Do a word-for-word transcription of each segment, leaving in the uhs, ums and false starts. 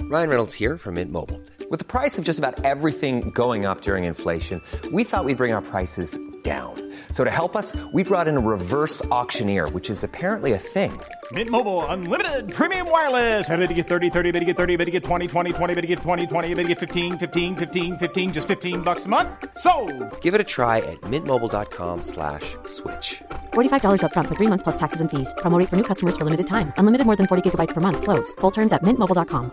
Ryan Reynolds here from Mint Mobile. With the price of just about everything going up during inflation, we thought we'd bring our prices down. So to help us, we brought in a reverse auctioneer, which is apparently a thing. Mint Mobile Unlimited Premium Wireless. How to get thirty, thirty, how to get thirty, how to get twenty, twenty, twenty, how to get twenty, twenty, how to get fifteen, fifteen, fifteen, fifteen, just fifteen bucks a month? Sold! Give it a try at mintmobile.com slash switch. forty-five dollars up front for three months plus taxes and fees. Promo rate for new customers for limited time. Unlimited more than forty gigabytes per month. Slows full terms at mint mobile dot com.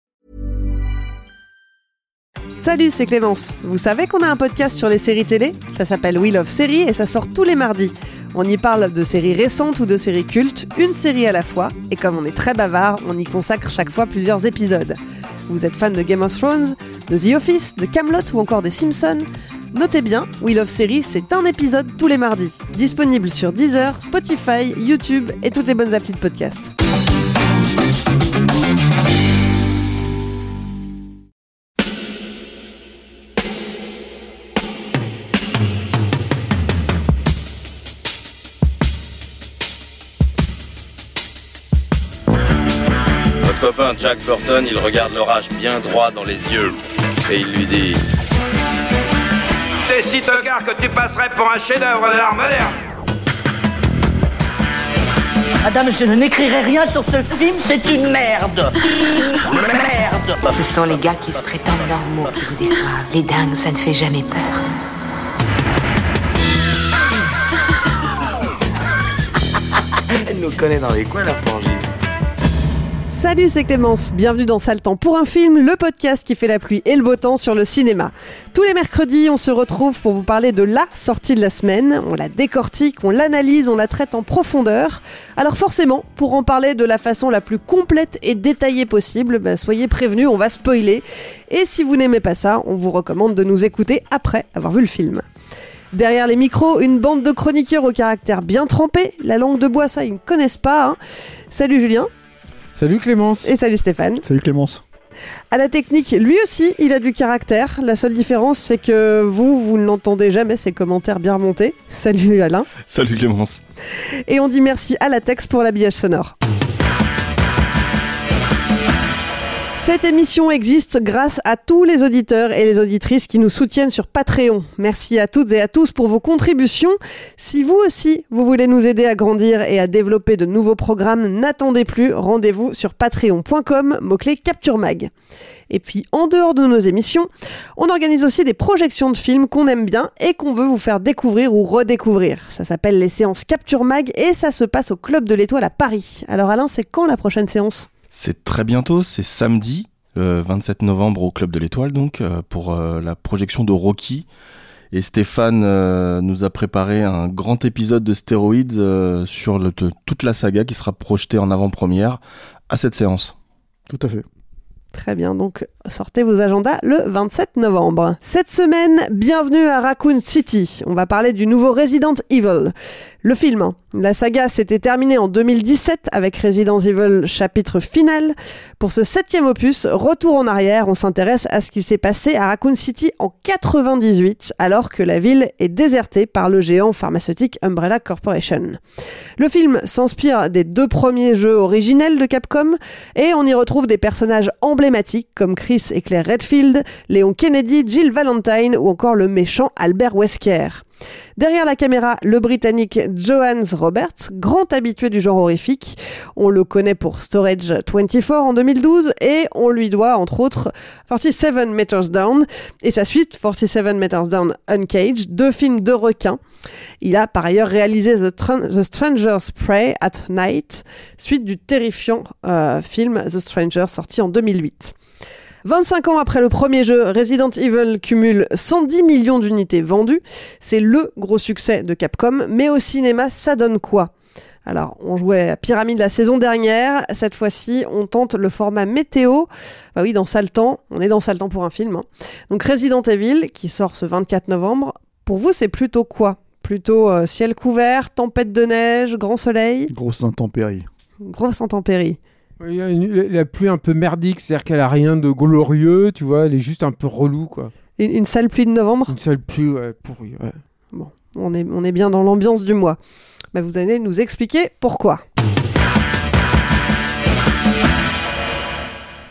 Salut, c'est Clémence. Vous savez qu'on a un podcast sur les séries télé ? Ça s'appelle We Love Séries et ça sort tous les mardis. On y parle de séries récentes ou de séries cultes, une série à la fois. Et comme on est très bavard, on y consacre chaque fois plusieurs épisodes. Vous êtes fan de Game of Thrones, de The Office, de Kaamelott ou encore des Simpsons ? Notez bien, We Love Séries, c'est un épisode tous les mardis. Disponible sur Deezer, Spotify, YouTube et toutes les bonnes applis de podcast. Notre copain Jack Burton, il regarde l'orage bien droit dans les yeux et il lui dit: T'es si tocard que tu passerais pour un chef-d'œuvre de l'art moderne. Madame, je n'écrirai rien sur ce film, c'est une merde. Merde. Ce sont les gars qui se prétendent normaux qui vous déçoivent. Les dingues, ça ne fait jamais peur. Elle nous connaît dans les coins, la frangine. Salut, c'est Clémence. Bienvenue dans Sale Temps pour un film, le podcast qui fait la pluie et le beau temps sur le cinéma. Tous les mercredis, on se retrouve pour vous parler de la sortie de la semaine. On la décortique, on l'analyse, on la traite en profondeur. Alors forcément, pour en parler de la façon la plus complète et détaillée possible, bah, soyez prévenus, on va spoiler. Et si vous n'aimez pas ça, on vous recommande de nous écouter après avoir vu le film. Derrière les micros, une bande de chroniqueurs au caractère bien trempé. La langue de bois, ça, ils ne connaissent pas. Hein. Salut Julien. Salut Clémence. Et salut Stéphane. Salut Clémence. À la technique, lui aussi, il a du caractère. La seule différence, c'est que vous, vous n'entendez jamais ses commentaires bien remontés. Salut Alain. Salut Clémence. Et on dit merci à Latex pour l'habillage sonore. Cette émission existe grâce à tous les auditeurs et les auditrices qui nous soutiennent sur Patreon. Merci à toutes et à tous pour vos contributions. Si vous aussi, vous voulez nous aider à grandir et à développer de nouveaux programmes, n'attendez plus, rendez-vous sur patreon point com, mot-clé Capture Mag. Et puis, en dehors de nos émissions, on organise aussi des projections de films qu'on aime bien et qu'on veut vous faire découvrir ou redécouvrir. Ça s'appelle les séances Capture Mag et ça se passe au Club de l'Étoile à Paris. Alors Alain, c'est quand la prochaine séance ? C'est très bientôt, c'est samedi, euh, vingt-sept novembre au Club de l'Étoile, donc, euh, pour euh, la projection de Rocky. Et Stéphane euh, nous a préparé un grand épisode de Stéroïdes euh, sur le, de, toute la saga qui sera projetée en avant-première à cette séance. Tout à fait. Très bien, donc sortez vos agendas le vingt-sept novembre. Cette semaine, bienvenue à Raccoon City. On va parler du nouveau Resident Evil. Le film, hein. La saga s'était terminée en deux mille dix-sept avec Resident Evil chapitre final. Pour ce septième opus, retour en arrière, on s'intéresse à ce qui s'est passé à Raccoon City en quatre-vingt-dix-huit, alors que la ville est désertée par le géant pharmaceutique Umbrella Corporation. Le film s'inspire des deux premiers jeux originels de Capcom et on y retrouve des personnages emblématiques comme Chris et Claire Redfield, Léon Kennedy, Jill Valentine ou encore le méchant Albert Wesker. Derrière la caméra, le Britannique Johannes Roberts, grand habitué du genre horrifique. On le connaît pour Storage vingt-quatre en deux mille douze et on lui doit entre autres forty-seven Meters Down et sa suite forty-seven Meters Down Uncaged, deux films de requins. Il a par ailleurs réalisé The, Tr- The Stranger's Prey at Night, suite du terrifiant euh, film The Stranger sorti en deux mille huit. vingt-cinq ans après le premier jeu, Resident Evil cumule cent dix millions d'unités vendues. C'est le gros succès de Capcom, mais au cinéma, ça donne quoi ? Alors, on jouait à Pyramide la saison dernière. Cette fois-ci, on tente le format météo. Bah oui, dans Sale Temps, on est dans Sale Temps pour un film. Hein. Donc Resident Evil, qui sort ce vingt-quatre novembre. Pour vous, c'est plutôt quoi ? Plutôt euh, ciel couvert, tempête de neige, grand soleil ? Grosse intempérie. Grosse intempérie. Il y a une, la pluie un peu merdique, c'est-à-dire qu'elle a rien de glorieux, tu vois, elle est juste un peu relou, quoi. Une, une sale pluie de novembre ? Une sale pluie, ouais, pourrie, ouais. Bon, on est, on est bien dans l'ambiance du mois. Bah, vous allez nous expliquer pourquoi.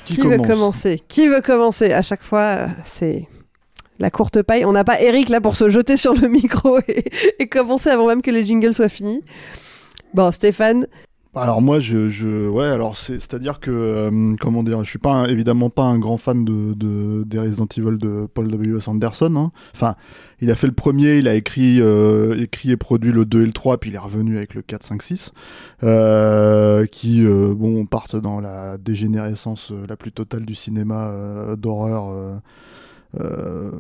Qui, qui veut commencer Qui veut commencer À chaque fois, euh, c'est la courte paille. On n'a pas Eric là pour se jeter sur le micro et, et commencer avant même que les jingles soient finis. Bon, Stéphane. Alors moi, je, je, ouais, alors c'est, c'est-à-dire que, euh, comment dire, je suis pas un, évidemment pas un grand fan de, de des Resident Evil de Paul W S. Anderson. Hein. Enfin, il a fait le premier, il a écrit, euh, écrit et produit le deux et le trois, puis il est revenu avec le quatre, cinq, six, euh, qui, euh, bon, partent dans la dégénérescence euh, la plus totale du cinéma euh, d'horreur. Euh, euh,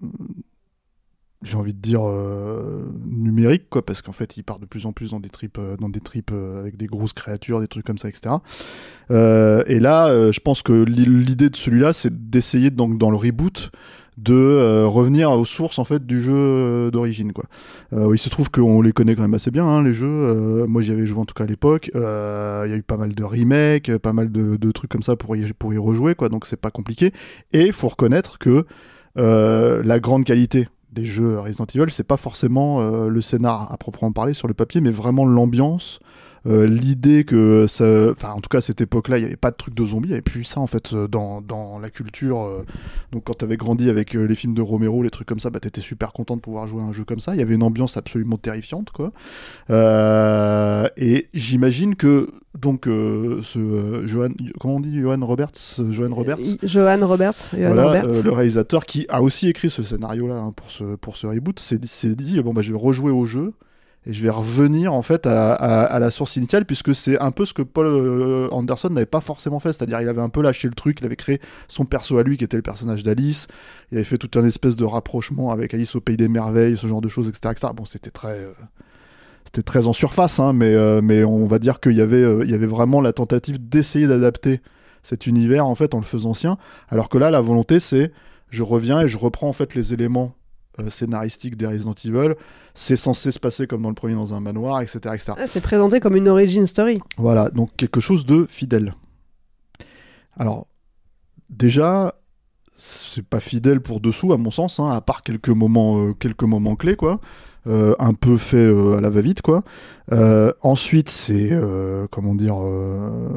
j'ai envie de dire euh, numérique, quoi, parce qu'en fait il part de plus en plus dans des trips euh, dans des trips euh, avec des grosses créatures, des trucs comme ça, etc. Euh, et là euh, je pense que l'idée de celui-là, c'est d'essayer donc dans le reboot de euh, revenir aux sources en fait du jeu euh, d'origine, quoi. Euh, il se trouve qu'on les connaît quand même assez bien, hein, les jeux. Euh, moi j'y avais joué en tout cas à l'époque. Il euh, y a eu pas mal de remakes, pas mal de, de trucs comme ça pour y, pour y rejouer, quoi. Donc c'est pas compliqué. Et faut reconnaître que euh, la grande qualité des jeux Resident Evil, c'est pas forcément euh, le scénar à proprement parler sur le papier, mais vraiment l'ambiance, euh, l'idée que ça, enfin en tout cas à cette époque-là, il y avait pas de truc de zombies, il y avait plus ça en fait dans dans la culture. Euh, donc quand t'avais grandi avec euh, les films de Romero, les trucs comme ça, bah t'étais super content de pouvoir jouer à un jeu comme ça. Il y avait une ambiance absolument terrifiante, quoi. Euh, et j'imagine que donc euh, ce euh, Johan, comment on dit, Johan Roberts, euh, Johan Roberts, Johan Roberts, Johan voilà, Roberts. Euh, le réalisateur qui a aussi écrit ce scénario-là hein, pour ce pour ce reboot, s'est dit, s'est dit bon bah je vais rejouer au jeu. Et je vais revenir en fait à, à, à la source initiale, puisque c'est un peu ce que Paul euh, Anderson n'avait pas forcément fait, c'est-à-dire il avait un peu lâché le truc, il avait créé son perso à lui qui était le personnage d'Alice, il avait fait tout un espèce de rapprochement avec Alice au Pays des Merveilles, ce genre de choses, et cetera, et cetera. Bon, c'était très, euh, c'était très en surface, hein, mais, euh, mais on va dire qu'il y avait, euh, il y avait vraiment la tentative d'essayer d'adapter cet univers en fait en le faisant sien, alors que là la volonté c'est je reviens et je reprends en fait les éléments Euh, scénaristique des Resident Evil, c'est censé se passer comme dans le premier dans un manoir, et cetera, et cetera. Ah, c'est présenté comme une origin story. Voilà, donc quelque chose de fidèle. Alors, déjà, c'est pas fidèle pour dessous, à mon sens, hein, à part quelques moments, euh, quelques moments clés, quoi. Euh, un peu fait euh, à la va-vite, quoi. Euh, ensuite, c'est, euh, comment dire... Euh...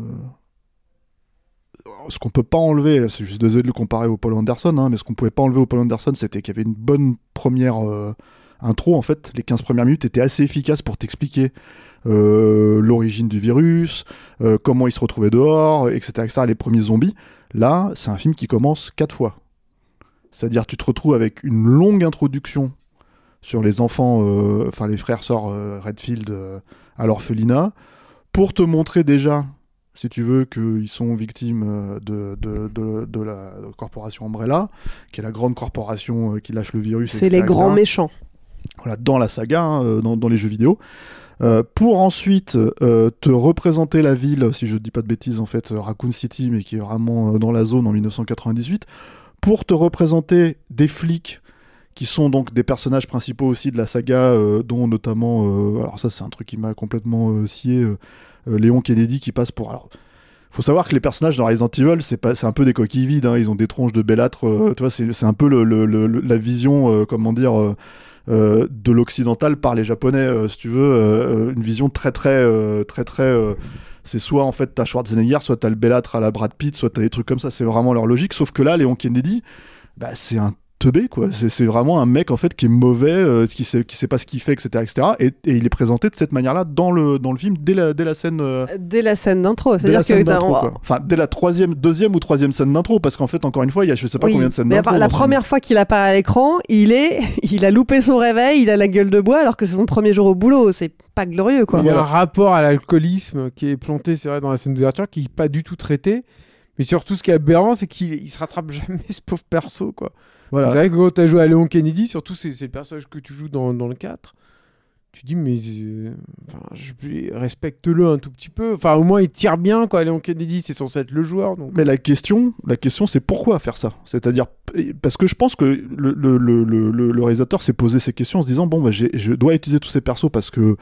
Ce qu'on peut pas enlever, je suis désolé de le comparer au Paul Anderson, hein, mais ce qu'on pouvait pas enlever au Paul Anderson, c'était qu'il y avait une bonne première euh, intro, en fait. Les quinze premières minutes étaient assez efficaces pour t'expliquer euh, l'origine du virus, euh, comment il se retrouvait dehors, et cetera, et cetera, les premiers zombies. Là, c'est un film qui commence quatre fois. C'est-à-dire, tu te retrouves avec une longue introduction sur les enfants, euh, enfin les frères-sœurs euh, Redfield euh, à l'orphelinat, pour te montrer déjà... si tu veux, qu'ils sont victimes de, de, de, de la corporation Umbrella, qui est la grande corporation qui lâche le virus. C'est et cetera, les grands et cetera méchants. Voilà, dans la saga, hein, dans, dans les jeux vidéo. Euh, pour ensuite euh, te représenter la ville, si je ne dis pas de bêtises, en fait, Raccoon City, mais qui est vraiment dans la zone en dix-neuf cent quatre-vingt-dix-huit, pour te représenter des flics qui sont donc des personnages principaux aussi de la saga, euh, dont notamment, euh, alors ça c'est un truc qui m'a complètement euh, scié, euh, euh, Léon Kennedy qui passe pour... Alors, faut savoir que les personnages dans Resident Evil, c'est, pas, c'est un peu des coquilles vides, hein, ils ont des tronches de bellâtre, euh, tu vois, c'est, c'est un peu le, le, le, la vision, euh, comment dire, euh, euh, de l'occidental par les japonais, euh, si tu veux, euh, une vision très très, euh, très très... Euh, c'est soit en fait t'as Schwarzenegger, soit t'as le bellâtre à la Brad Pitt, soit t'as des trucs comme ça, c'est vraiment leur logique, sauf que là, Léon Kennedy, bah, c'est un teubé, quoi. C'est, c'est vraiment un mec en fait qui est mauvais, euh, qui sait qui sait pas ce qu'il fait, et cetera, et cetera. Et, et il est présenté de cette manière-là dans le dans le film dès la dès la scène euh, dès la scène d'intro. C'est-à-dire que d'intro, quoi. Enfin dès la troisième, deuxième ou troisième scène d'intro, parce qu'en fait encore une fois il y a je sais pas oui, combien de scènes mais d'intro. La, la première film. fois qu'il apparaît à l'écran, il est il a loupé son réveil, il a la gueule de bois alors que c'est son premier jour au boulot. C'est pas glorieux, quoi. Il y a un rapport à l'alcoolisme qui est planté, c'est vrai, dans la scène d'ouverture, qui est pas du tout traité. Mais surtout, ce qui est aberrant, c'est qu'il il se rattrape jamais, ce pauvre perso, quoi. Voilà. C'est vrai que quand tu as joué à Léon Kennedy, surtout c'est, c'est le personnage que tu joues dans, dans le quatre, tu dis mais euh, enfin, je, respecte-le un tout petit peu. Enfin au moins il tire bien, quoi. Léon Kennedy c'est censé être le joueur. Donc... Mais la question, la question c'est pourquoi faire ça ? C'est-à-dire parce que je pense que le, le, le, le, le réalisateur s'est posé ces questions en se disant bon bah j'ai, je dois utiliser tous ces persos parce que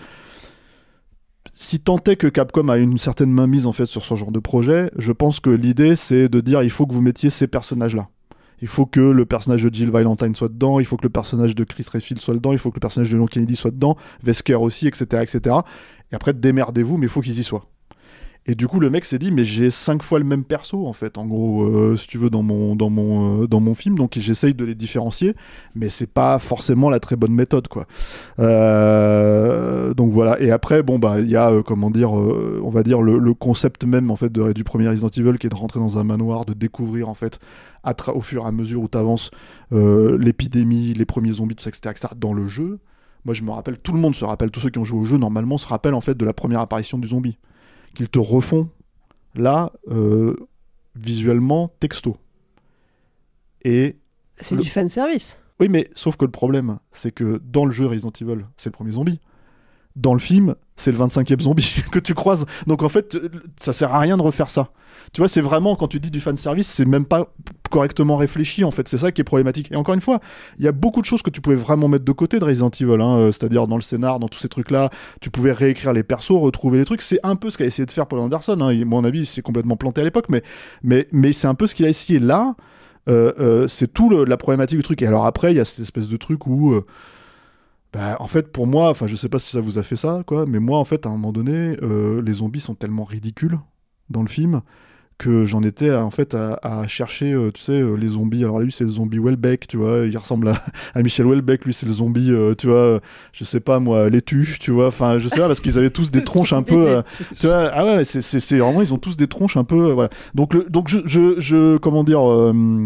si tant est que Capcom a une certaine mainmise en fait sur ce genre de projet, je pense que l'idée c'est de dire il faut que vous mettiez ces personnages-là. Il faut que le personnage de Jill Valentine soit dedans, il faut que le personnage de Chris Redfield soit dedans, il faut que le personnage de Léon Kennedy soit dedans, Wesker aussi, et cetera, et cetera. Et après, démerdez-vous, mais il faut qu'ils y soient. Et du coup, le mec s'est dit, mais j'ai cinq fois le même perso, en fait, en gros, euh, si tu veux, dans mon, dans, mon, euh, dans mon film. Donc, j'essaye de les différencier, mais c'est pas forcément la très bonne méthode, quoi. Euh, donc, voilà. Et après, bon, bah, il y a, euh, comment dire, euh, on va dire, le, le concept même, en fait, de, du premier Resident Evil, qui est de rentrer dans un manoir, de découvrir, en fait, à tra- au fur et à mesure où t'avances, euh, l'épidémie, les premiers zombies, tout ça, et cetera, et cetera, dans le jeu. Moi, je me rappelle, tout le monde se rappelle, tous ceux qui ont joué au jeu, normalement, se rappellent, en fait, de la première apparition du zombie. Qu'ils te refont là euh, visuellement texto. Et c'est le... du fan service. Oui, mais sauf que le problème, c'est que dans le jeu Resident Evil, c'est le premier zombie. Dans le film, c'est le vingt-cinquième zombie que tu croises. Donc en fait, ça sert à rien de refaire ça. Tu vois, c'est vraiment, quand tu dis du fan service, c'est même pas correctement réfléchi, en fait. C'est ça qui est problématique. Et encore une fois, il y a beaucoup de choses que tu pouvais vraiment mettre de côté de Resident Evil, hein, euh, c'est-à-dire dans le scénar, dans tous ces trucs-là, tu pouvais réécrire les persos, retrouver les trucs. C'est un peu ce qu'a essayé de faire Paul Anderson. Hein. À mon avis, il s'est complètement planté à l'époque, mais, mais, mais c'est un peu ce qu'il a essayé là. Euh, euh, c'est tout le, la problématique du truc. Et alors après, il y a cette espèce de truc où... Euh, Bah, en fait, pour moi, enfin, je sais pas si ça vous a fait ça, quoi, mais moi, en fait, à un moment donné, euh, les zombies sont tellement ridicules dans le film que j'en étais, à, en fait, à, à chercher, euh, tu sais, euh, les zombies. Alors lui, c'est le zombie Welbeck, tu vois, il ressemble à, à Michel Houellebecq. Lui, c'est le zombie, euh, tu vois, je sais pas moi, les tuches, tu vois. Enfin, je sais pas, parce qu'ils avaient tous des tronches un peu, euh, tu vois. Ah ouais, c'est, c'est, c'est vraiment, ils ont tous des tronches un peu, euh, voilà. Donc, le, donc, je, je, je, comment dire. Euh,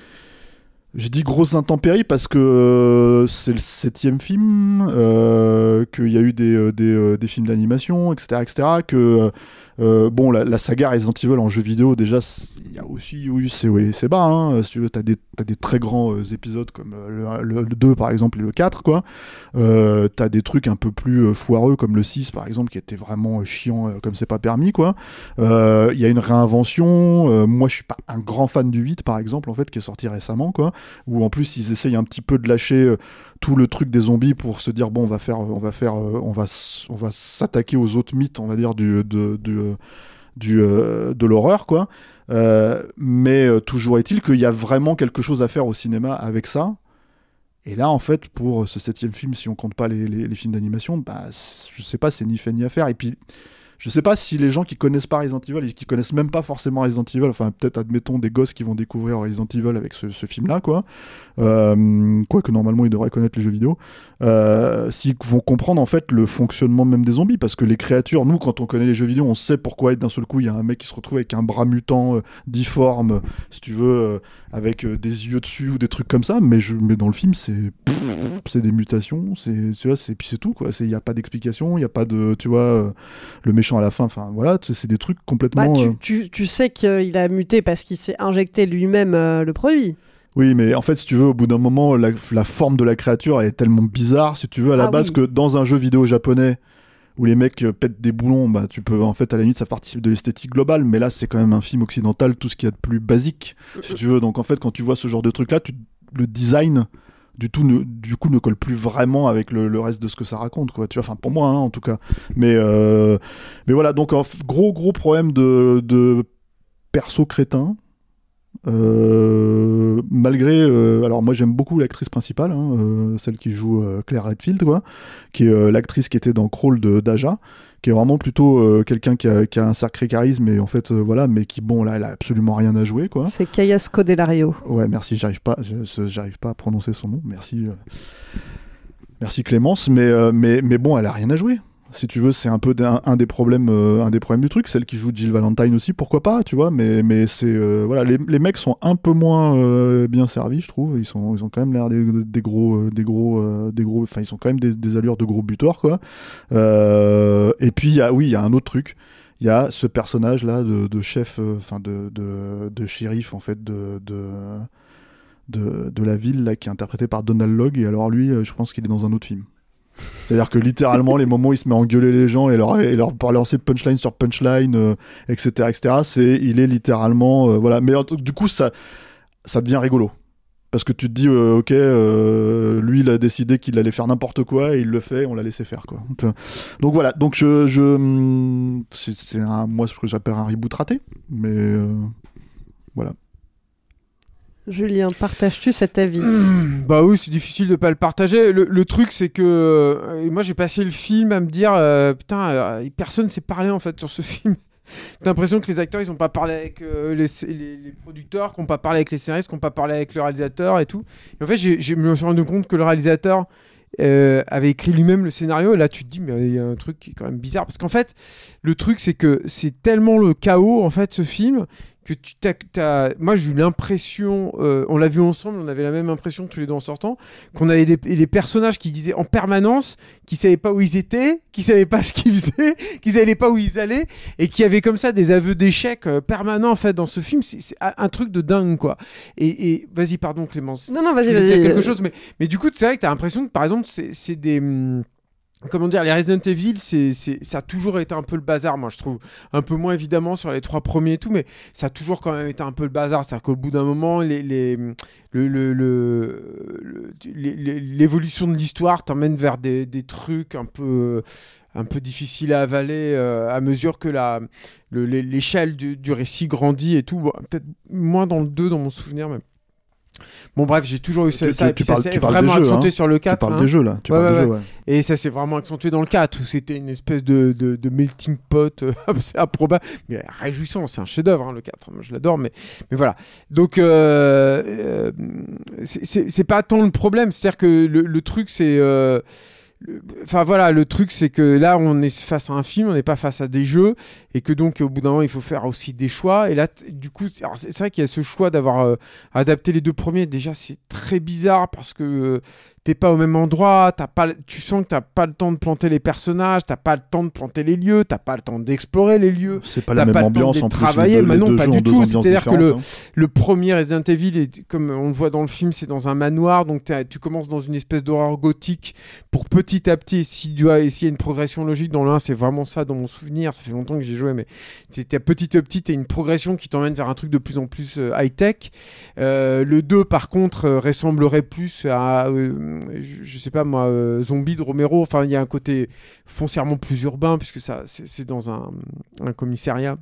J'ai dit grosses intempéries parce que euh, c'est le septième film, euh, qu'il y a eu des, euh, des, euh, des films d'animation, et cetera, et cetera. Que euh, bon, la, la saga Resident Evil en jeu vidéo, déjà, il y a aussi oui, c'est oui, c'est bas. Hein, si tu veux, t'as des t'as des très grands euh, épisodes comme euh, le, le, le deux par exemple et le quatre, quoi. Euh, t'as des trucs un peu plus euh, foireux comme le six par exemple qui était vraiment euh, chiant euh, comme c'est pas permis, quoi. Il euh, y a une réinvention. Euh, moi, je suis pas un grand fan du huit par exemple en fait qui est sorti récemment, quoi. Où en plus ils essayent un petit peu de lâcher euh, tout le truc des zombies pour se dire bon on va faire on va faire euh, on va on va s'attaquer aux autres mythes, on va dire du de du, du euh, de l'horreur, quoi. Euh, mais euh, toujours est-il qu'il y a vraiment quelque chose à faire au cinéma avec ça. Et là en fait pour ce septième film, si on compte pas les, les, les films d'animation, bah je sais pas, c'est ni fait ni à faire. Et puis je sais pas si les gens qui connaissent pas Resident Evil et qui connaissent même pas forcément Resident Evil, enfin peut-être admettons des gosses qui vont découvrir Resident Evil avec ce, ce film-là, quoi. Euh, quoique normalement ils devraient connaître les jeux vidéo. Euh, s'ils vont comprendre en fait le fonctionnement même des zombies, parce que les créatures, nous quand on connaît les jeux vidéo, on sait pourquoi d'un seul coup il y a un mec qui se retrouve avec un bras mutant euh, difforme, si tu veux, euh, avec euh, des yeux dessus ou des trucs comme ça. Mais je, mais dans le film c'est c'est des mutations, c'est tu vois, c'est puis c'est tout, quoi. Il y a pas d'explication, il y a pas de, tu vois, euh, le méchant à la fin, enfin voilà, c'est des trucs complètement. Bah, tu, euh... tu, tu sais qu'il a muté parce qu'il s'est injecté lui-même euh, le produit. Oui, mais en fait, si tu veux, au bout d'un moment, la, la forme de la créature elle est tellement bizarre, si tu veux, à la ah, base, oui. que dans un jeu vidéo japonais où les mecs pètent des boulons, bah tu peux, en fait, à la limite, ça participe de l'esthétique globale, mais là, c'est quand même un film occidental, tout ce qu'il y a de plus basique, si tu veux. Donc en fait, quand tu vois ce genre de truc-là, tu, le design du tout ne, du coup ne colle plus vraiment avec le, le reste de ce que ça raconte, quoi, tu vois, enfin pour moi, hein, en tout cas. Mais euh, mais voilà, donc gros gros problème de de perso crétin. Euh, malgré euh, alors moi j'aime beaucoup l'actrice principale, hein, euh, celle qui joue euh, Claire Redfield, quoi, qui est euh, l'actrice qui était dans Crawl de Daja, qui est vraiment plutôt euh, quelqu'un qui a, qui a un sacré charisme, et en fait euh, voilà, mais qui bon là elle a absolument rien à jouer, quoi. C'est Kaya Scodelario. Ouais, merci, j'arrive pas je, j'arrive pas à prononcer son nom, merci euh, merci Clémence, mais euh, mais mais bon, elle a rien à jouer. Si tu veux, c'est un peu un, un des problèmes, euh, un des problèmes du truc. Celle qui joue Jill Valentine aussi, pourquoi pas, tu vois. Mais mais c'est euh, voilà, les, les mecs sont un peu moins euh, bien servis, je trouve. Ils sont ils ont quand même l'air des, des gros euh, des gros euh, des gros. Enfin, ils sont quand même des, des allures de gros buteurs, quoi. Euh, et puis il y a oui, il y a un autre truc. Il y a ce personnage là de, de chef, enfin euh, de, de de shérif en fait de de de, de la ville là, qui est interprété par Donald Logue. Et alors lui, je pense qu'il est dans un autre film. C'est-à-dire que littéralement, les moments où il se met à engueuler les gens et leur, et leur lancer punchline sur punchline, euh, et cetera, et cetera, c'est, il est littéralement, euh, voilà. Mais du coup, ça, ça devient rigolo. Parce que tu te dis, euh, ok, euh, lui, il a décidé qu'il allait faire n'importe quoi et il le fait, on l'a laissé faire, quoi. Donc, euh, donc voilà, donc je, je c'est, c'est un, moi ce que j'appelle un reboot raté, mais euh, voilà. Julien, partages-tu cet avis ? mmh, Bah oui, c'est difficile de pas le partager. Le, le truc, c'est que euh, moi, j'ai passé le film à me dire, euh, putain, euh, personne s'est parlé en fait sur ce film. T'as l'impression que les acteurs, ils ont pas parlé avec euh, les, les, les producteurs, qu'ils n'ont pas parlé avec les scénaristes, qu'ils n'ont pas parlé avec le réalisateur et tout. Et en fait, j'ai, je me suis rendu compte que le réalisateur euh, avait écrit lui-même le scénario. Et là, tu te dis, mais il y a un truc qui est quand même bizarre. Parce qu'en fait, le truc, c'est que c'est tellement le chaos, en fait, ce film, que tu t'as, t'as... Moi, j'ai eu l'impression, euh, on l'a vu ensemble, on avait la même impression tous les deux en sortant, qu'on avait des, des personnages qui disaient en permanence qu'ils savaient pas où ils étaient, qu'ils savaient pas ce qu'ils faisaient, qu'ils savaient pas où ils allaient, et qui avaient comme ça des aveux d'échec euh, permanents en fait dans ce film. C'est, c'est un truc de dingue, quoi. Et, et... vas-y, pardon Clémence. Non, non, vas-y, tu vas-y. dire quelque chose, mais, mais du coup, c'est vrai que t'as l'impression que par exemple, c'est, c'est des. Hum... Comment dire, les Resident Evil, c'est, c'est, ça a toujours été un peu le bazar, moi je trouve. Un peu moins évidemment sur les trois premiers et tout, mais ça a toujours quand même été un peu le bazar. C'est-à-dire qu'au bout d'un moment, les, les, le, le, le, le, les, les, l'évolution de l'histoire t'emmène vers des, des trucs un peu, un peu difficiles à avaler euh, à mesure que la, le, l'échelle du, du récit grandit et tout. Bon, peut-être moins dans le deux, dans mon souvenir même. Bon bref, j'ai toujours eu ça, tu, ça, tu, tu ça parles, s'est tu parles vraiment des jeux, accentué hein. sur le quatre. Tu parles hein. des jeux là, tu ouais, parles ouais, des ouais. jeux, ouais. Et ça s'est vraiment accentué dans le quatre, où c'était une espèce de, de, de melting pot, euh, c'est improbable, mais réjouissant, c'est un chef-d'œuvre, hein, le quatre, je l'adore, mais, mais voilà. Donc, euh, euh, c'est, c'est, c'est pas tant le problème, c'est-à-dire que le, le truc, c'est... Euh, Enfin voilà, le truc c'est que là on est face à un film, on n'est pas face à des jeux, et que donc au bout d'un moment il faut faire aussi des choix. Et là t- du coup c'est, alors, c'est, c'est vrai qu'il y a ce choix d'avoir euh, adapté les deux premiers. Déjà c'est très bizarre parce que euh, t'es pas au même endroit, t'as pas, tu sens que t'as pas le temps de planter les personnages, t'as pas le temps de planter les lieux, t'as pas le temps d'explorer les lieux. C'est pas la même ambiance en plus. Travailler, mais non pas du tout. C'est-à-dire que le, hein. le premier Resident Evil, est, comme on le voit dans le film, c'est dans un manoir, donc tu commences dans une espèce d'horreur gothique pour petit à petit, si tu as essayé une progression logique dans le un, c'est vraiment ça dans mon souvenir. Ça fait longtemps que j'ai joué, mais t'as petit à petit, t'as une progression qui t'emmène vers un truc de plus en plus euh, high-tech. Euh, le deux, par contre, euh, ressemblerait plus à euh, Je, je sais pas moi, euh, Zombie de Romero. Enfin, il y a un côté foncièrement plus urbain puisque ça, c'est, c'est dans un, un commissariat.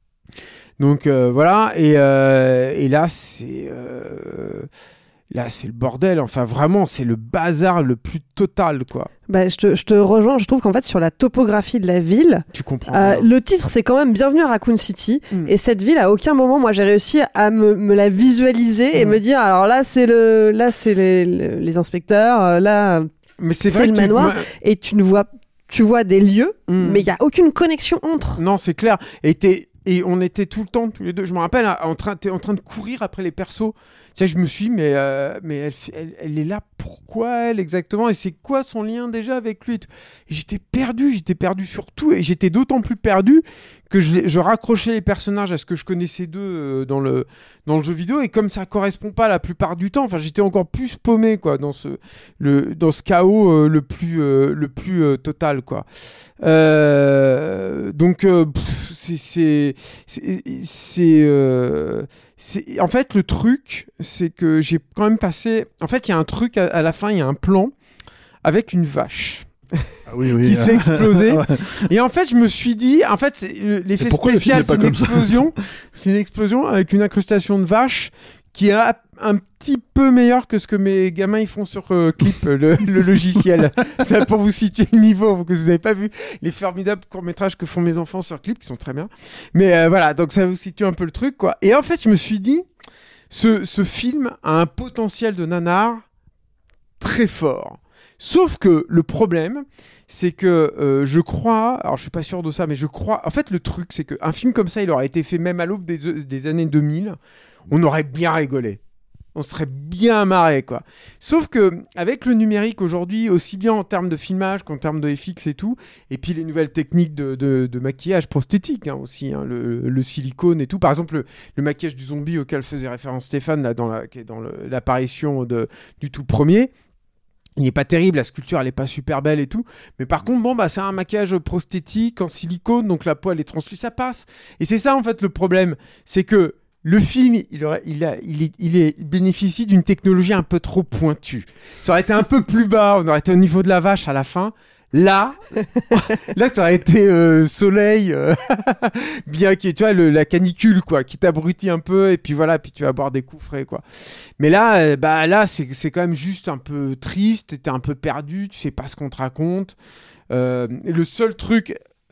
Donc euh, voilà. Et, euh, et là, c'est euh, là, c'est le bordel. Enfin, vraiment, c'est le bazar le plus total, quoi. Bah, je, te, je te rejoins. Je trouve qu'en fait, sur la topographie de la ville, tu comprends. Euh, le titre, c'est quand même Bienvenue à Raccoon City. Mm. Et cette ville, à aucun moment, moi, j'ai réussi à me, me la visualiser mm. et me dire, alors là, c'est le, là, c'est les, les, les inspecteurs. Là, mais c'est, c'est vrai le que manoir. Tu... Et tu ne vois, tu vois des lieux, mm. mais il y a aucune connexion entre. Non, c'est clair. Et t'es Et on était tout le temps, tous les deux. Je me rappelle, en train, t'es en train de courir après les persos. Tu sais, je me suis dit, mais, euh, mais elle, elle, elle est là, pourquoi elle exactement? Et c'est quoi son lien déjà avec lui? Et j'étais perdu, j'étais perdu sur tout. Et j'étais d'autant plus perdu que je, je raccrochais les personnages à ce que je connaissais d'eux euh, dans, le, dans le jeu vidéo. Et comme ça correspond pas la plupart du temps, enfin, j'étais encore plus paumé, quoi, dans ce, le, dans ce chaos euh, le plus, euh, le plus euh, total, quoi. Euh, donc, euh, pff, c'est, c'est, c'est, c'est, euh, c'est, en fait, le truc, c'est que j'ai quand même passé. En fait, il y a un truc à, à la fin, il y a un plan avec une vache. Ah oui, oui. qui se fait exploser. Ouais. Et en fait, je me suis dit, en fait, c'est, l'effet spécial, c'est une explosion. C'est une explosion avec une incrustation de vache qui est un petit peu meilleur que ce que mes gamins ils font sur euh, Clip, le, le logiciel. C'est pour vous situer le niveau, que vous n'avez pas vu les formidables courts-métrages que font mes enfants sur Clip, qui sont très bien. Mais euh, voilà, donc ça vous situe un peu le truc, quoi. Et en fait, je me suis dit, ce, ce film a un potentiel de nanar très fort. Sauf que le problème, c'est que euh, je crois, alors je suis pas sûr de ça, mais je crois, en fait le truc c'est qu'un film comme ça, il aurait été fait même à l'aube des, des années deux mille, on aurait bien rigolé. On serait bien marré, quoi. Sauf que avec le numérique aujourd'hui, aussi bien en termes de filmage qu'en termes de F X et tout, et puis les nouvelles techniques de, de, de maquillage prosthétique hein, aussi, hein, le, le silicone et tout. Par exemple, le, le maquillage du zombie auquel faisait référence Stéphane là, dans, la, qui est dans le, l'apparition de, du tout premier. Il n'est pas terrible, la sculpture elle est pas super belle et tout, mais par contre bon bah c'est un maquillage prosthétique en silicone, donc la peau elle est translucide, ça passe. Et c'est ça en fait le problème, c'est que le film il aurait, il a, il est, il est, il bénéficie d'une technologie un peu trop pointue. Ça aurait été un peu plus bas, on aurait été au niveau de la vache à la fin. Là, là, ça aurait été euh, soleil, euh, bien que tu vois le, la canicule quoi, qui t'abrutit un peu et puis voilà, puis tu vas boire des coups frais quoi. Mais là, euh, bah là, c'est c'est quand même juste un peu triste, t'es un peu perdu, tu sais pas ce qu'on te raconte. Euh, le seul truc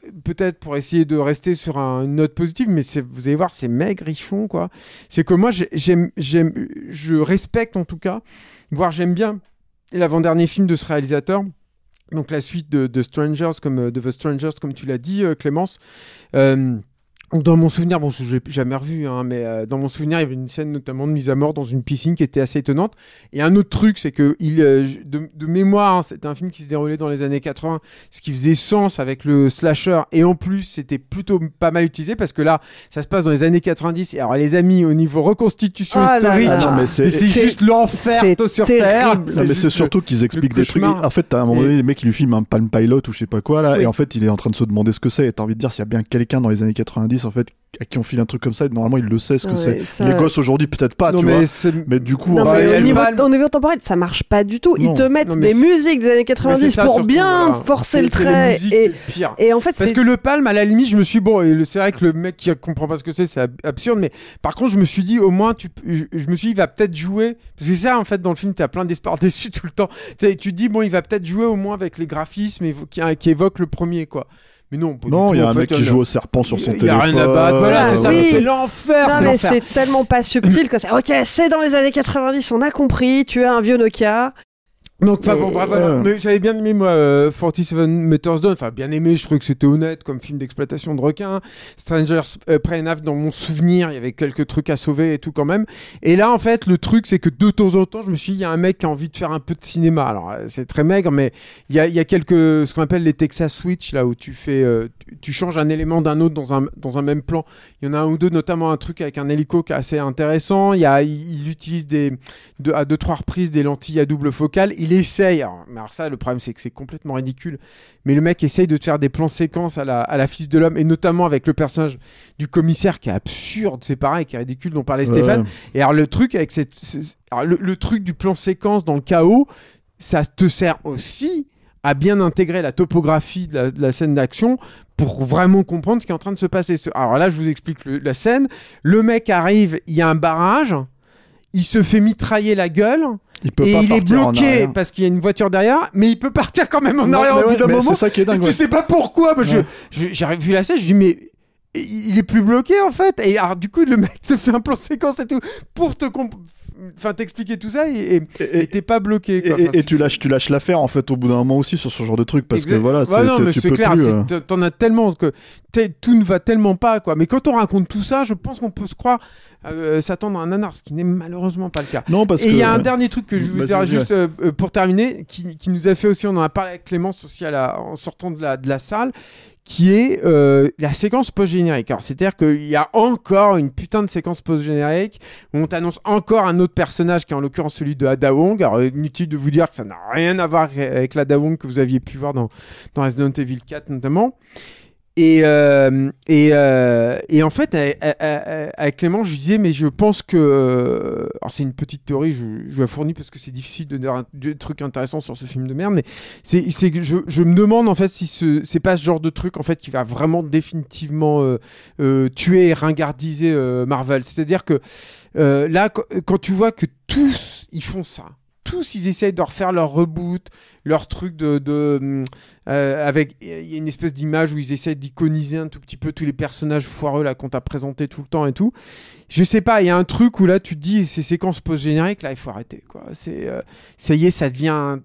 peut-être pour essayer de rester sur un, une note positive, mais c'est, vous allez voir, c'est maigrichon, quoi. C'est que moi, j'ai, j'aime, j'aime, je respecte en tout cas, voire j'aime bien l'avant-dernier film de ce réalisateur. Donc la suite de, de Strangers, comme de The Strangers, comme tu l'as dit, euh, Clémence. Euh, Dans mon souvenir, bon, je l'ai jamais revu, hein, mais euh, dans mon souvenir, il y avait une scène notamment de mise à mort dans une piscine qui était assez étonnante. Et un autre truc, c'est que il, euh, de, de mémoire, hein, c'était un film qui se déroulait dans les années quatre-vingts, ce qui faisait sens avec le slasher. Et en plus, c'était plutôt pas mal utilisé parce que là, ça se passe dans les années quatre-vingt-dix. Et alors, les amis, au niveau reconstitution ah historique, là là. Ah non, mais c'est, c'est, c'est juste l'enfer c'est sur terrible. Terre. Non, mais c'est surtout qu'ils expliquent des trucs. cauchemar. En fait, à un moment donné, les mecs, ils lui filment un Palm Pilot ou je sais pas quoi, là, Oui. et en fait, il est en train de se demander ce que c'est. Et t'as envie de dire, s'il y a bien quelqu'un dans les années quatre-vingt-dix, en fait, à qui on file un truc comme ça, normalement, il le sait ce que Ouais, c'est. ça- Les gosses aujourd'hui, peut-être pas, Non, tu mais vois. c'est- Mais du coup, Non, bah, mais et au elle niveau, parle- au niveau temporel, ça marche pas du tout. Non. Ils te mettent Non, mais des c'est- musiques des années quatre-vingt-dix Mais c'est ça, pour surtout, bien voilà. forcer C'est- le c'est les trait. musiques, Et, c'est le pire. et en fait, Parce c'est que le palme, à la limite, je me suis dit, bon, et le- c'est vrai que le mec qui comprend pas ce que c'est, c'est ab- absurde, mais par contre, je me suis dit, au moins, tu, p- je, je me suis dit, il va peut-être jouer, parce que c'est ça, en fait, dans le film, t'as plein d'espoir déçus tout le temps. T'as- Tu te dis, bon, il va peut-être jouer au moins avec les graphismes évo- qui, qui évoquent le premier, quoi. Mais non, pas non, du il y tout, a en un fait, mec qui il y a- joue au serpent sur son il y a téléphone. rien à battre, voilà, c'est ça, oui. mais c'est l'enfer, non, c'est mais l'enfer. c'est tellement pas subtil que c'est ok, c'est dans les années quatre-vingt-dix, on a compris, tu as un vieux Nokia. Donc, enfin, Mais- bon, bref, voilà. Ouais. Mais j'avais bien aimé, moi, euh, forty-seven Meters Down. Enfin, bien aimé, je trouvais que c'était honnête comme film d'exploitation de requins. Strangers euh, Prey and Half, dans mon souvenir, il y avait quelques trucs à sauver et tout quand même. Et là, en fait, le truc, c'est que de temps en temps, je me suis dit, il y a un mec qui a envie de faire un peu de cinéma. Alors, euh, c'est très maigre, mais il y a, il y a quelques, ce qu'on appelle les Texas Switch, là où tu fais, euh, tu, tu changes un élément d'un autre dans un, dans un même plan. Il y en a un ou deux, notamment un truc avec un hélico qui est assez intéressant. Il y a, il, il utilise des, deux, à deux, trois reprises des lentilles à double focale. Il essaye, alors, mais alors ça, le problème, c'est que c'est complètement ridicule. Mais le mec essaye de te faire des plans séquences à la, à la Fils de l'homme, et notamment avec le personnage du commissaire qui est absurde, c'est pareil, qui est ridicule, dont parlait Stéphane. Ouais. Et alors le truc avec cette, c'est- alors, le, le truc du plan séquence dans le chaos, ça te sert aussi à bien intégrer la topographie de la, de la scène d'action pour vraiment comprendre ce qui est en train de se passer. Alors là, je vous explique le- la scène. Le mec arrive, il y a un barrage, il se fait mitrailler la gueule. Il peut et pas il est partir en bloqué arrière. parce qu'il y a une voiture derrière, mais il peut partir quand même en Non, arrière mais au bout ouais, d'un mais moment. c'est ça qui est dingue, Et tu ouais. sais pas pourquoi. Moi, je- Ouais. je- j'ai vu la scène, je dis mais il est plus bloqué en fait. Et alors du coup, le mec te fait un plan séquence et tout pour te comp- enfin t'expliquer tout ça et et- Et- et t'es pas bloqué. Et, Quoi. et- Enfin, et c'est- tu lâches, tu lâches l'affaire en fait au bout d'un moment aussi sur ce genre de truc parce que Exact. voilà, Ouais, c'est, non, t'es- mais tu c'est peux clair, plus. c'est- euh, t- t'en as tellement que t'es- tout ne va tellement pas quoi. Mais quand on raconte tout ça, je pense qu'on peut se croire euh, s'attendre à un nanar, ce qui n'est malheureusement pas le cas. Non, parce et il que- y a un dernier truc que je Vas-y, veux dire vas-y, juste euh, euh, pour terminer, qui, qui nous a fait aussi, on en a parlé avec Clémence aussi à la, en sortant de la, de la salle, qui est euh, la séquence post-générique. Alors, c'est-à-dire qu'il y a encore une putain de séquence post-générique où on t'annonce encore un autre personnage qui est en l'occurrence celui de Ada Wong. Alors, inutile de vous dire que ça n'a rien à voir avec l'Ada Wong que vous aviez pu voir dans, dans Resident Evil quatre notamment. Et, euh, et, euh, et en fait, avec, avec Clément, je lui disais, mais je pense que. Euh, alors, c'est une petite théorie, je, je la fournis parce que c'est difficile de dire un, des trucs intéressants sur ce film de merde, mais c'est, c'est que je, je me demande en fait si ce, c'est pas ce genre de truc en fait qui va vraiment définitivement euh, euh, tuer et ringardiser euh, Marvel. C'est-à-dire que euh, là, quand, quand tu vois que tous ils font ça, tous ils essayent de refaire leur reboot, leur truc de, de euh, avec il y a une espèce d'image où ils essayent d'iconiser un tout petit peu tous les personnages foireux là qu'on t'a présenté tout le temps et tout. Je sais pas, il y a un truc où là tu te dis ces séquences post-génériques là il faut arrêter quoi. C'est euh, ça y est, ça devient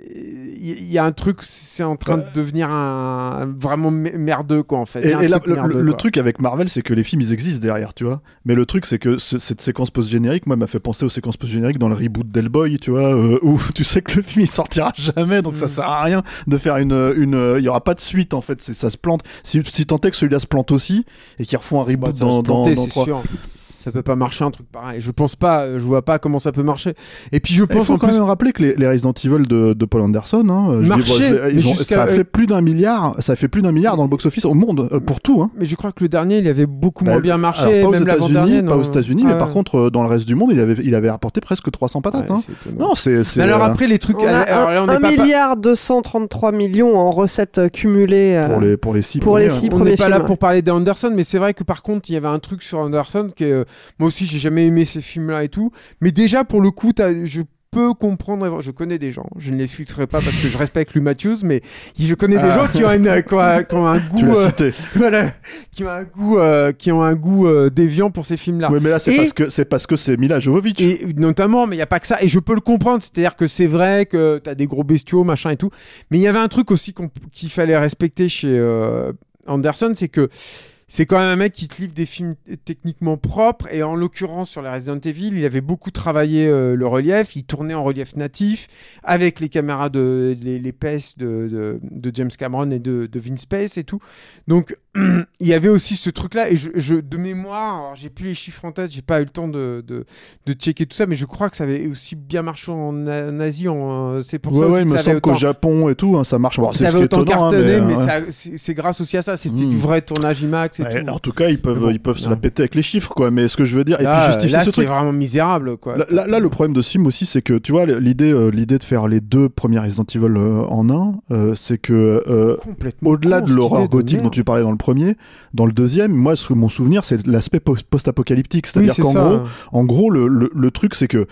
il euh, y, y a un truc, c'est en train de devenir un, un vraiment merdeux quoi en fait. Et, et là, le, merdeux, le quoi. truc avec Marvel, c'est que les films ils existent derrière, tu vois. Mais le truc, c'est que ce, cette séquence post-générique, moi, m'a fait penser aux séquences post-génériques dans le reboot d'Hellboy, tu vois, euh, où tu sais que le film il sortira jamais, donc mm. ça sert à rien de faire une, une, il y aura pas de suite en fait, c'est, ça se plante. Si, si tant est que celui-là se plante aussi et qu'ils refont un reboot bah, dans, planter, dans, dans c'est trois. sûr. Ça peut pas marcher un truc pareil. Je pense pas, je vois pas comment ça peut marcher. Et puis je pense. Il faut en quand plus... même rappeler que les, les Resident Evil de, de Paul Anderson, hein, je marché, dis, bon, je, ils ont, ça a fait plus d'un milliard, ça a fait plus d'un milliard dans le box-office au monde euh, pour tout. Hein. Mais je crois que le dernier, il avait beaucoup bah, moins bien marché, alors, pas même aux l'avant-dernier. États-Unis, pas aux États-Unis, ah, mais par contre euh, dans le reste du monde, il avait, il avait rapporté presque trois cents patates. Ouais, hein. c'est non, c'est. c'est mais alors euh... après les trucs, on a alors, là, on un pas milliard deux cent trente-trois millions en recettes cumulées euh, pour les pour les six pour premiers, les six ouais. on premiers n'est pas films. là pour parler d'Anderson, mais c'est vrai que par contre, il y avait un truc sur Anderson qui est, euh, moi aussi, j'ai jamais aimé ces films-là et tout. Mais déjà, pour le coup, t'as, je peux comprendre. Je connais des gens, je ne les citerai pas parce que je respecte Louis Matthews, mais je connais des ah. gens qui ont, une, qui, ont, qui ont un goût, tu l'as cité. Euh, voilà, qui ont un goût, euh, qui ont un goût euh, déviant pour ces films-là. Oui, mais là c'est et, parce que c'est parce que c'est Mila Jovovich. Et notamment, mais il y a pas que ça. Et je peux le comprendre, c'est-à-dire que c'est vrai que t'as des gros bestiaux, machin et tout, mais il y avait un truc aussi qu'on, qu'il fallait respecter chez euh, Anderson, c'est que c'est quand même un mec qui te livre des films techniquement propres, et en l'occurrence sur les Resident Evil, il avait beaucoup travaillé euh, le relief, il tournait en relief natif avec les caméras de les, les P E S de, de, de James Cameron et de, de Vince Space et tout. Donc il y avait aussi ce truc-là, et je, je de mémoire, alors j'ai plus les chiffres en tête, j'ai pas eu le temps de, de, de checker tout ça, mais je crois que ça avait aussi bien marché en, en Asie, en, c'est pour ouais, ça ouais, aussi il que me ça semble avait autant... qu'au Japon et tout, hein, ça marche. Bon, ça c'est avait autant étonnant, cartonné, hein, mais, mais ouais. ça, c'est, c'est grâce aussi à ça, c'était mmh. du vrai tournage IMAX et ouais, tout. En tout cas, ils peuvent, bon, ils peuvent se la péter avec les chiffres, quoi. Mais ce que je veux dire, là, et puis justifier là, ce c'est truc. vraiment misérable, quoi. Là, là, là, le problème de Sim aussi, c'est que tu vois, l'idée, euh, l'idée de faire les deux premiers Resident Evil euh, en un, euh, c'est que euh, au-delà de l'horreur gothique dont tu parlais dans le premier, dans le deuxième, moi, ce, mon souvenir, c'est l'aspect post-apocalyptique, c'est-à-dire oui, c'est qu'en ça. gros, en gros, le, le, le truc, c'est que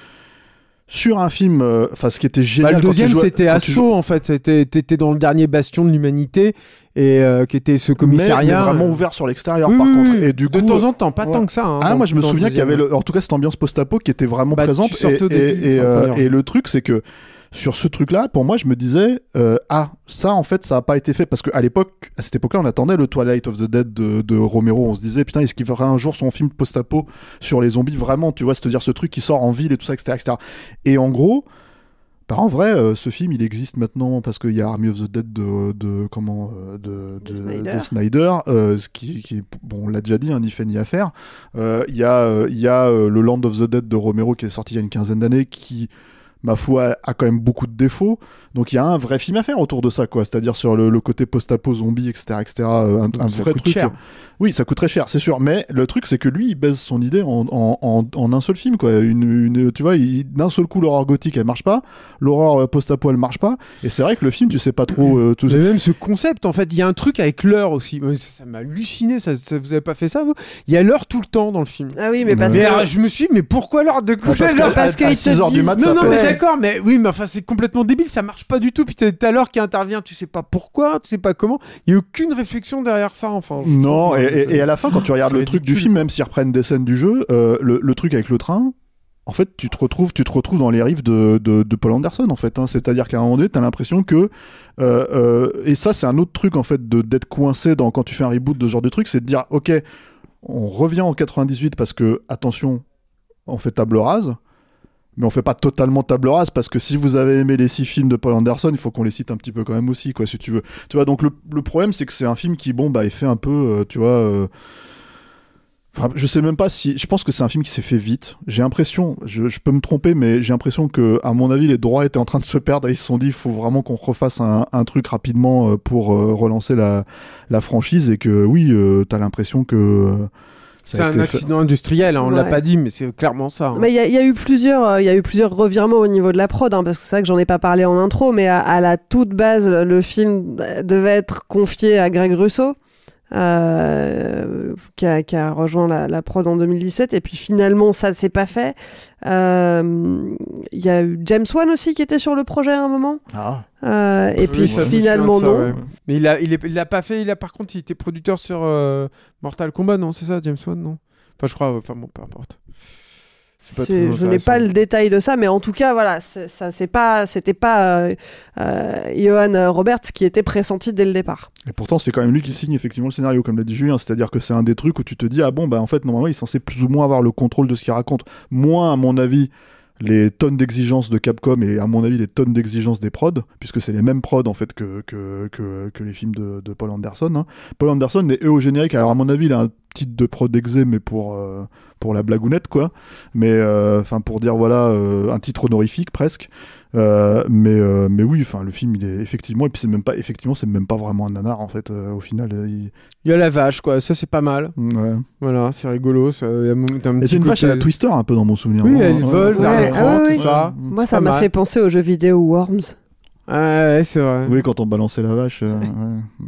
sur un film, enfin, euh, ce qui était génial. Bah, le deuxième, quand tu jouais, c'était quand Assaut, tu jouais... en fait. C'était, t'étais dans le dernier bastion de l'humanité, et euh, qui était ce commissariat. Mais, mais vraiment ouvert sur l'extérieur, oui, par oui, contre. Oui. Et du de coup, temps en temps, pas ouais. tant que ça. Hein, ah, dans, moi, je me souviens qu'il y avait, le, en tout cas, cette ambiance post-apo qui était vraiment bah, présente. Et, début, et, et, euh, et le truc, c'est que sur ce truc-là, pour moi, je me disais, euh, ah, ça, en fait, ça n'a pas été fait. Parce qu'à l'époque, à cette époque-là, on attendait le Twilight of the Dead de, de Romero. On se disait, putain, est-ce qu'il fera un jour son film post-apo sur les zombies, vraiment, tu vois, c'est-à-dire ce truc qui sort en ville et tout ça, et cetera, et cetera. Et en gros, bah, en vrai, euh, ce film, il existe maintenant parce qu'il y a Army of the Dead de, de comment, euh, de, de, de Snyder, de Snyder euh, ce qui, qui, bon, on l'a déjà dit, hein, ni fait ni à faire. Il euh, y a, euh, y a euh, le Land of the Dead de Romero qui est sorti il y a une quinzaine d'années, qui ma foi, a quand même beaucoup de défauts. Donc il y a un vrai film à faire autour de ça, quoi. C'est-à-dire sur le, le côté post-apo, zombie, et cetera, et cetera. Un, un vrai truc. Cher. Oui, ça coûte très cher, c'est sûr. Mais le truc, c'est que lui, il baise son idée en, en, en, en un seul film, quoi. Une, une, tu vois, il, d'un seul coup, l'horreur gothique, elle marche pas. L'horreur post-apo, elle marche pas. Et c'est vrai que le film, tu sais pas trop. Euh, tout mais même ce concept, en fait, il y a un truc avec l'heure aussi. Ça m'a halluciné. Ça, ça, vous avez pas fait ça, vous? Il y a l'heure tout le temps dans le film. Ah oui, mais parce mais que. Alors, je me suis dit, mais pourquoi l'heure de couper parce l'heure? Parce qu'ils te disent. Du mat, non, non, mais ouais. d'accord, mais oui, mais enfin, c'est complètement débile. Ça marche pas du tout. Puis t'as l'heure qui intervient, tu sais pas pourquoi, tu sais pas comment. Il y a aucune réflexion derrière ça, enfin. Non, trouve, et, euh, et, et à la fin, quand tu regardes le truc du film, même s'ils reprennent des scènes du jeu, euh, le, le truc avec le train, en fait, tu te retrouves, tu te retrouves dans les rives de, de, de Paul Anderson, en fait. Hein. C'est-à-dire qu'à un moment donné, t'as l'impression que, euh, euh, et ça, c'est un autre truc, en fait, de, d'être coincé dans, quand tu fais un reboot de ce genre de truc, c'est de dire, ok, on revient en quatre-vingt-dix-huit parce que, attention, on fait table rase. Mais on fait pas totalement table rase parce que si vous avez aimé les six films de Paul Anderson, il faut qu'on les cite un petit peu quand même aussi, quoi, si tu veux. Tu vois, donc le, le problème, c'est que c'est un film qui, bon, bah, est fait un peu, euh, tu vois. Euh... Enfin, je sais même pas si. Je pense que c'est un film qui s'est fait vite. J'ai l'impression, je, je peux me tromper, mais j'ai l'impression que, à mon avis, les droits étaient en train de se perdre et ils se sont dit, il faut vraiment qu'on refasse un, un truc rapidement pour euh, relancer la, la franchise et que, oui, euh, t'as l'impression que. Euh, c'est un accident fait... industriel, hein, on ouais. l'a pas dit, mais c'est clairement ça. Hein. Mais il y, y a eu plusieurs, il euh, y a eu plusieurs revirements au niveau de la prod, hein, parce que c'est vrai que j'en ai pas parlé en intro, mais à, à la toute base, le film devait être confié à Greg Russo, euh, qui, a, qui a rejoint la, la prod en deux mille dix-sept, et puis finalement ça s'est pas fait. Il euh, y a eu James Wan aussi qui était sur le projet à un moment. Ah. Euh, et oui, puis finalement ça, non. Ouais. Mais il a, il, est, il a pas fait. Il a par contre, il était producteur sur euh, Mortal Kombat, non? C'est ça, James Wan, non? Enfin, je crois. Enfin bon, peu importe. C'est c'est, je n'ai pas le détail de ça, mais en tout cas, voilà, c'est, ça, c'est pas, c'était pas euh, euh, Johan Roberts qui était pressenti dès le départ. Et pourtant, c'est quand même lui qui signe effectivement le scénario, comme l'a dit Julien. C'est-à-dire que c'est un des trucs où tu te dis, ah bon, bah en fait, normalement, il est censé plus ou moins avoir le contrôle de ce qu'il raconte. Moins, à mon avis, les tonnes d'exigences de Capcom et à mon avis les tonnes d'exigences des prods, puisque c'est les mêmes prods en fait que, que, que, que les films de, de Paul Anderson. Hein. Paul Anderson est eux au générique, alors à mon avis il a un titre de prod exé mais pour, euh, pour la blagounette quoi, mais enfin euh, pour dire voilà euh, un titre honorifique presque. Euh, mais euh, mais oui, enfin le film il est effectivement et puis c'est même pas effectivement c'est même pas vraiment un nanar en fait euh, au final. Il... il y a la vache quoi, ça c'est pas mal. Ouais. Voilà, c'est rigolo. Ça, y a un et c'est une vache à la Twister un peu dans mon souvenir. Oui, elle vole vers ouais, l'écran, ah, oui, tout oui. ça. Moi ça m'a mal. fait penser au jeu vidéo Worms. Ah, ouais, c'est vrai. Oui, quand on balançait la vache. Euh, ouais.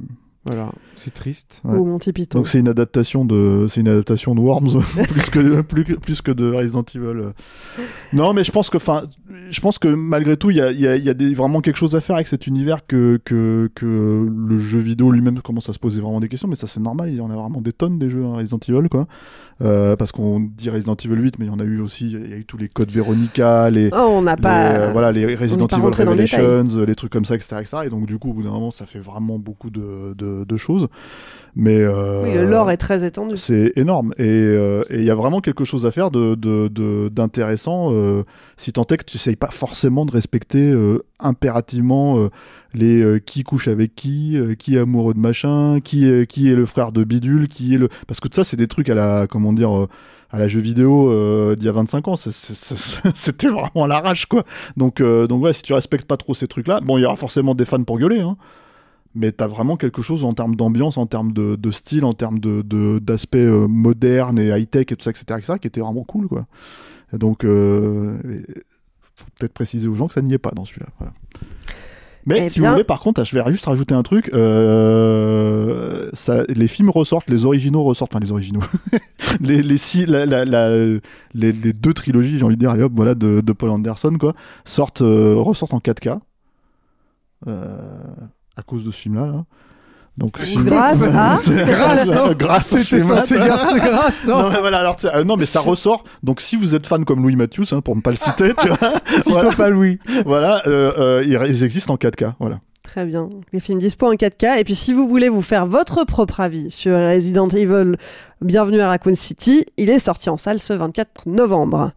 Voilà, c'est triste. Ouais. Ou Monty Python. Donc c'est une adaptation de, c'est une adaptation de Worms plus que plus, plus que de Resident Evil. Non, mais je pense que, enfin, je pense que malgré tout, il y a, il y a, il y a des, vraiment quelque chose à faire avec cet univers que que que le jeu vidéo lui-même commence à se poser vraiment des questions. Mais ça c'est normal, il y en a vraiment des tonnes des jeux hein, Resident Evil quoi. Euh, parce qu'on dit Resident Evil huit, mais il y en a eu aussi, il y a eu tous les codes Veronica, les, oh, on n'a pas, les, euh, voilà, les Resident Evil Revelations, les trucs comme ça, et cetera, et cetera. Et donc du coup, au bout d'un moment, ça fait vraiment beaucoup de, de, de choses. Mais euh, oui, le lore est très étendu. C'est énorme, et il euh, y a vraiment quelque chose à faire de, de, de, d'intéressant, euh, si tant est que tu n'essayes pas forcément de respecter euh, impérativement euh, les euh, qui couche avec qui, euh, qui est amoureux de machin, qui est, qui est le frère de bidule, qui est le... Parce que tout ça, c'est des trucs à la... Comment dire euh, à la jeu vidéo euh, d'il y a vingt-cinq ans, c'est, c'est, c'est, c'était vraiment à l'arrache, quoi. Donc, euh, donc ouais, si tu respectes pas trop ces trucs-là, bon, il y aura forcément des fans pour gueuler, hein, mais t'as vraiment quelque chose en termes d'ambiance, en termes de, de style, en termes de, de, d'aspect euh, moderne et high-tech et tout ça, et cetera, et cetera, qui était vraiment cool, quoi. Et donc, euh, faut peut-être préciser aux gens que ça n'y est pas dans celui-là, voilà. Mais eh si bien... vous voulez, par contre, je vais juste rajouter un truc. Euh, ça, les films ressortent, les originaux ressortent, enfin les originaux, les, les, six, la, la, la, les, les deux trilogies, j'ai envie de dire, allez hop, voilà, de, de Paul Anderson, quoi, sortent, euh, ressortent en quatre K euh, à cause de ce film-là. Là. Donc, grâce à grâce, à, grâce à c'était censé dire c'est grâce non non mais voilà alors euh, non mais ça ressort donc si vous êtes fan comme Louis Matthews hein, pour ne pas le citer tu vois cite voilà. Pas Louis voilà euh, euh, ils existent en quatre K voilà. Très bien, les films dispo en quatre K. Et puis si vous voulez vous faire votre propre avis sur Resident Evil, bienvenue à Raccoon City, il est sorti en salle ce vingt-quatre novembre.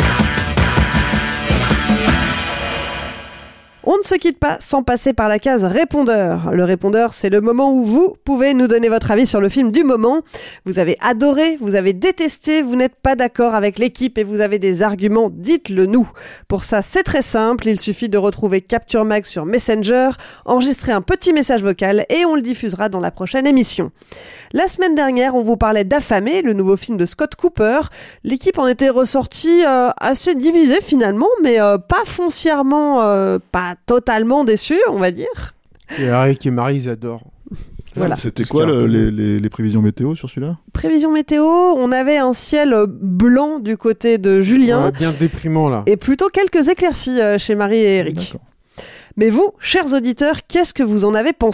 On ne se quitte pas sans passer par la case répondeur. Le répondeur, c'est le moment où vous pouvez nous donner votre avis sur le film du moment. Vous avez adoré, vous avez détesté, vous n'êtes pas d'accord avec l'équipe et vous avez des arguments, dites-le nous. Pour ça, c'est très simple, il suffit de retrouver Capture Mag sur Messenger, enregistrer un petit message vocal et on le diffusera dans la prochaine émission. La semaine dernière, on vous parlait d'Affamé, le nouveau film de Scott Cooper. L'équipe en était ressortie euh, assez divisée finalement, mais euh, pas foncièrement, euh, pas totalement déçu, on va dire. Et Eric et Marie, ils adorent. Voilà. C'était quoi le, les, les, les prévisions météo sur celui-là ? Prévisions météo, on avait un ciel blanc du côté de Julien. Ouais, bien déprimant là. Et plutôt quelques éclaircies chez Marie et Eric. D'accord. Mais vous, chers auditeurs, qu'est-ce que vous en avez pensé ?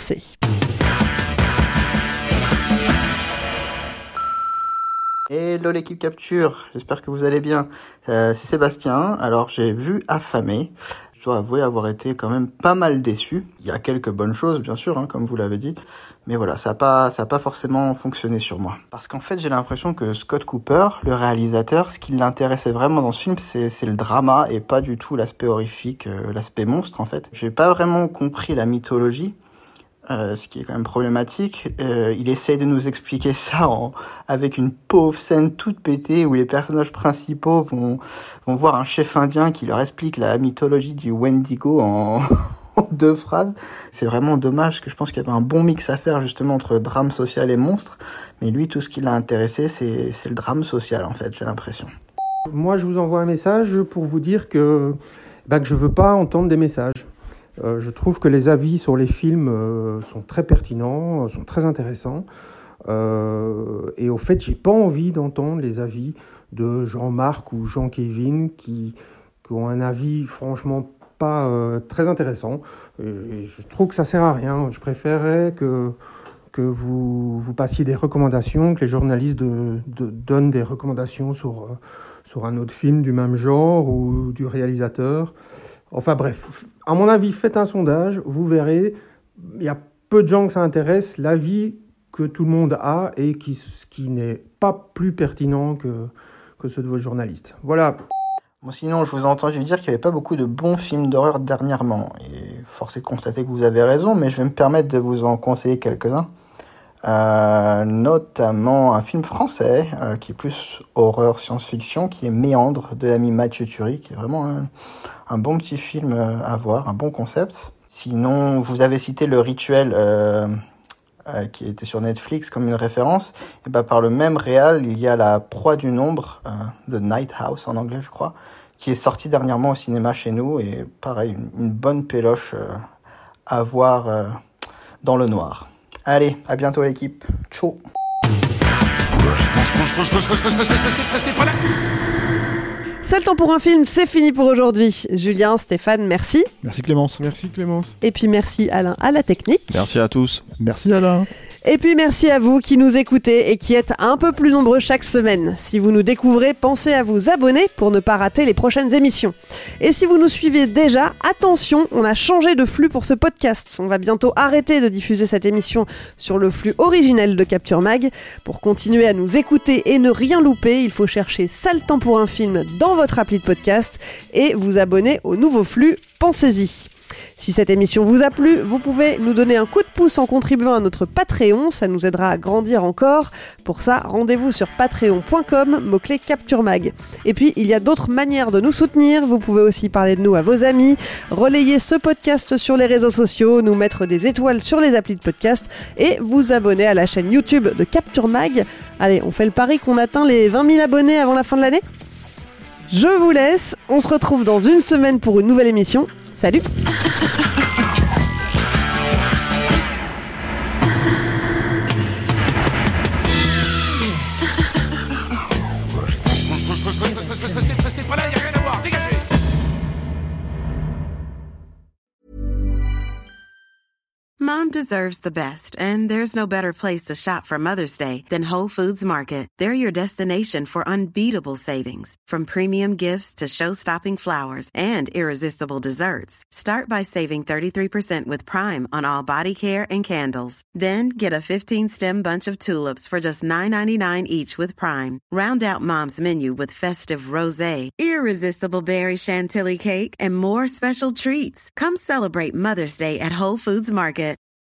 Hello l'équipe Capture, j'espère que vous allez bien. Euh, c'est Sébastien, alors j'ai vu Affamé. Je dois avouer avoir été quand même pas mal déçu. Il y a quelques bonnes choses, bien sûr, hein, comme vous l'avez dit. Mais voilà, ça n'a pas, ça a pas forcément fonctionné sur moi. Parce qu'en fait, j'ai l'impression que Scott Cooper, le réalisateur, ce qui l'intéressait vraiment dans ce film, c'est, c'est le drama et pas du tout l'aspect horrifique, euh, l'aspect monstre, en fait. J'ai pas vraiment compris la mythologie. Euh, ce qui est quand même problématique. Euh, il essaye de nous expliquer ça en, avec une pauvre scène toute pétée où les personnages principaux vont, vont voir un chef indien qui leur explique la mythologie du Wendigo en, en deux phrases. C'est vraiment dommage, que je pense qu'il y avait un bon mix à faire justement entre drame social et monstre, mais lui tout ce qui l'a intéressé c'est, c'est le drame social en fait, j'ai l'impression. Moi je vous envoie un message pour vous dire que, bah, que je veux pas entendre des messages. Euh, je trouve que les avis sur les films euh, sont très pertinents, sont très intéressants. Euh, et au fait, j'ai pas envie d'entendre les avis de Jean-Marc ou Jean-Kévin qui, qui ont un avis franchement pas euh, très intéressant. Et, et je trouve que ça sert à rien. Je préférerais que, que vous, vous passiez des recommandations, que les journalistes de, de, donnent des recommandations sur, euh, sur un autre film du même genre ou du réalisateur. Enfin bref, à mon avis, faites un sondage, vous verrez, il y a peu de gens que ça intéresse, l'avis que tout le monde a et qui, qui n'est pas plus pertinent que, que ceux de vos journalistes. Voilà. Bon, sinon, je vous ai entendu dire qu'il n'y avait pas beaucoup de bons films d'horreur dernièrement. Et force est de constater que vous avez raison, mais je vais me permettre de vous en conseiller quelques-uns. Euh, notamment un film français euh, qui est plus horreur science-fiction, qui est Méandre de l'ami Mathieu Turi, qui est vraiment un, un bon petit film à voir, un bon concept. Sinon, vous avez cité Le Rituel euh, euh, qui était sur Netflix comme une référence. Et ben par le même réal, il y a La Proie du Nombre, euh, The Night House en anglais je crois, qui est sorti dernièrement au cinéma chez nous et pareil, une, une bonne péloche euh, à voir euh, dans le noir. Allez, à bientôt l'équipe. Ciao. C'est le temps pour un film, c'est fini pour aujourd'hui. Julien, Stéphane, merci. Merci Clémence. Merci Clémence. Et puis merci Alain à la technique. Merci à tous. Merci Alain. Et puis merci à vous qui nous écoutez et qui êtes un peu plus nombreux chaque semaine. Si vous nous découvrez, pensez à vous abonner pour ne pas rater les prochaines émissions. Et si vous nous suivez déjà, attention, on a changé de flux pour ce podcast. On va bientôt arrêter de diffuser cette émission sur le flux originel de Capture Mag. Pour continuer à nous écouter et ne rien louper, il faut chercher Ça le temps pour un film dans votre appli de podcast et vous abonner au nouveau flux. Pensez-y. Si cette émission vous a plu, vous pouvez nous donner un coup de pouce en contribuant à notre Patreon, ça nous aidera à grandir encore. Pour ça, rendez-vous sur patreon point com, mot-clé Capture Mag. Et puis, il y a d'autres manières de nous soutenir, vous pouvez aussi parler de nous à vos amis, relayer ce podcast sur les réseaux sociaux, nous mettre des étoiles sur les applis de podcast et vous abonner à la chaîne YouTube de Capture Mag. Allez, on fait le pari qu'on atteint les vingt mille abonnés avant la fin de l'année ? Je vous laisse, on se retrouve dans une semaine pour une nouvelle émission. Salut! Mom deserves the best, and there's no better place to shop for Mother's Day than Whole Foods Market. They're your destination for unbeatable savings, from premium gifts to show-stopping flowers and irresistible desserts. Start by saving thirty-three percent with Prime on all body care and candles. Then get a fifteen-stem bunch of tulips for just nine ninety-nine each with Prime. Round out Mom's menu with festive rosé, irresistible berry chantilly cake, and more special treats. Come celebrate Mother's Day at Whole Foods Market.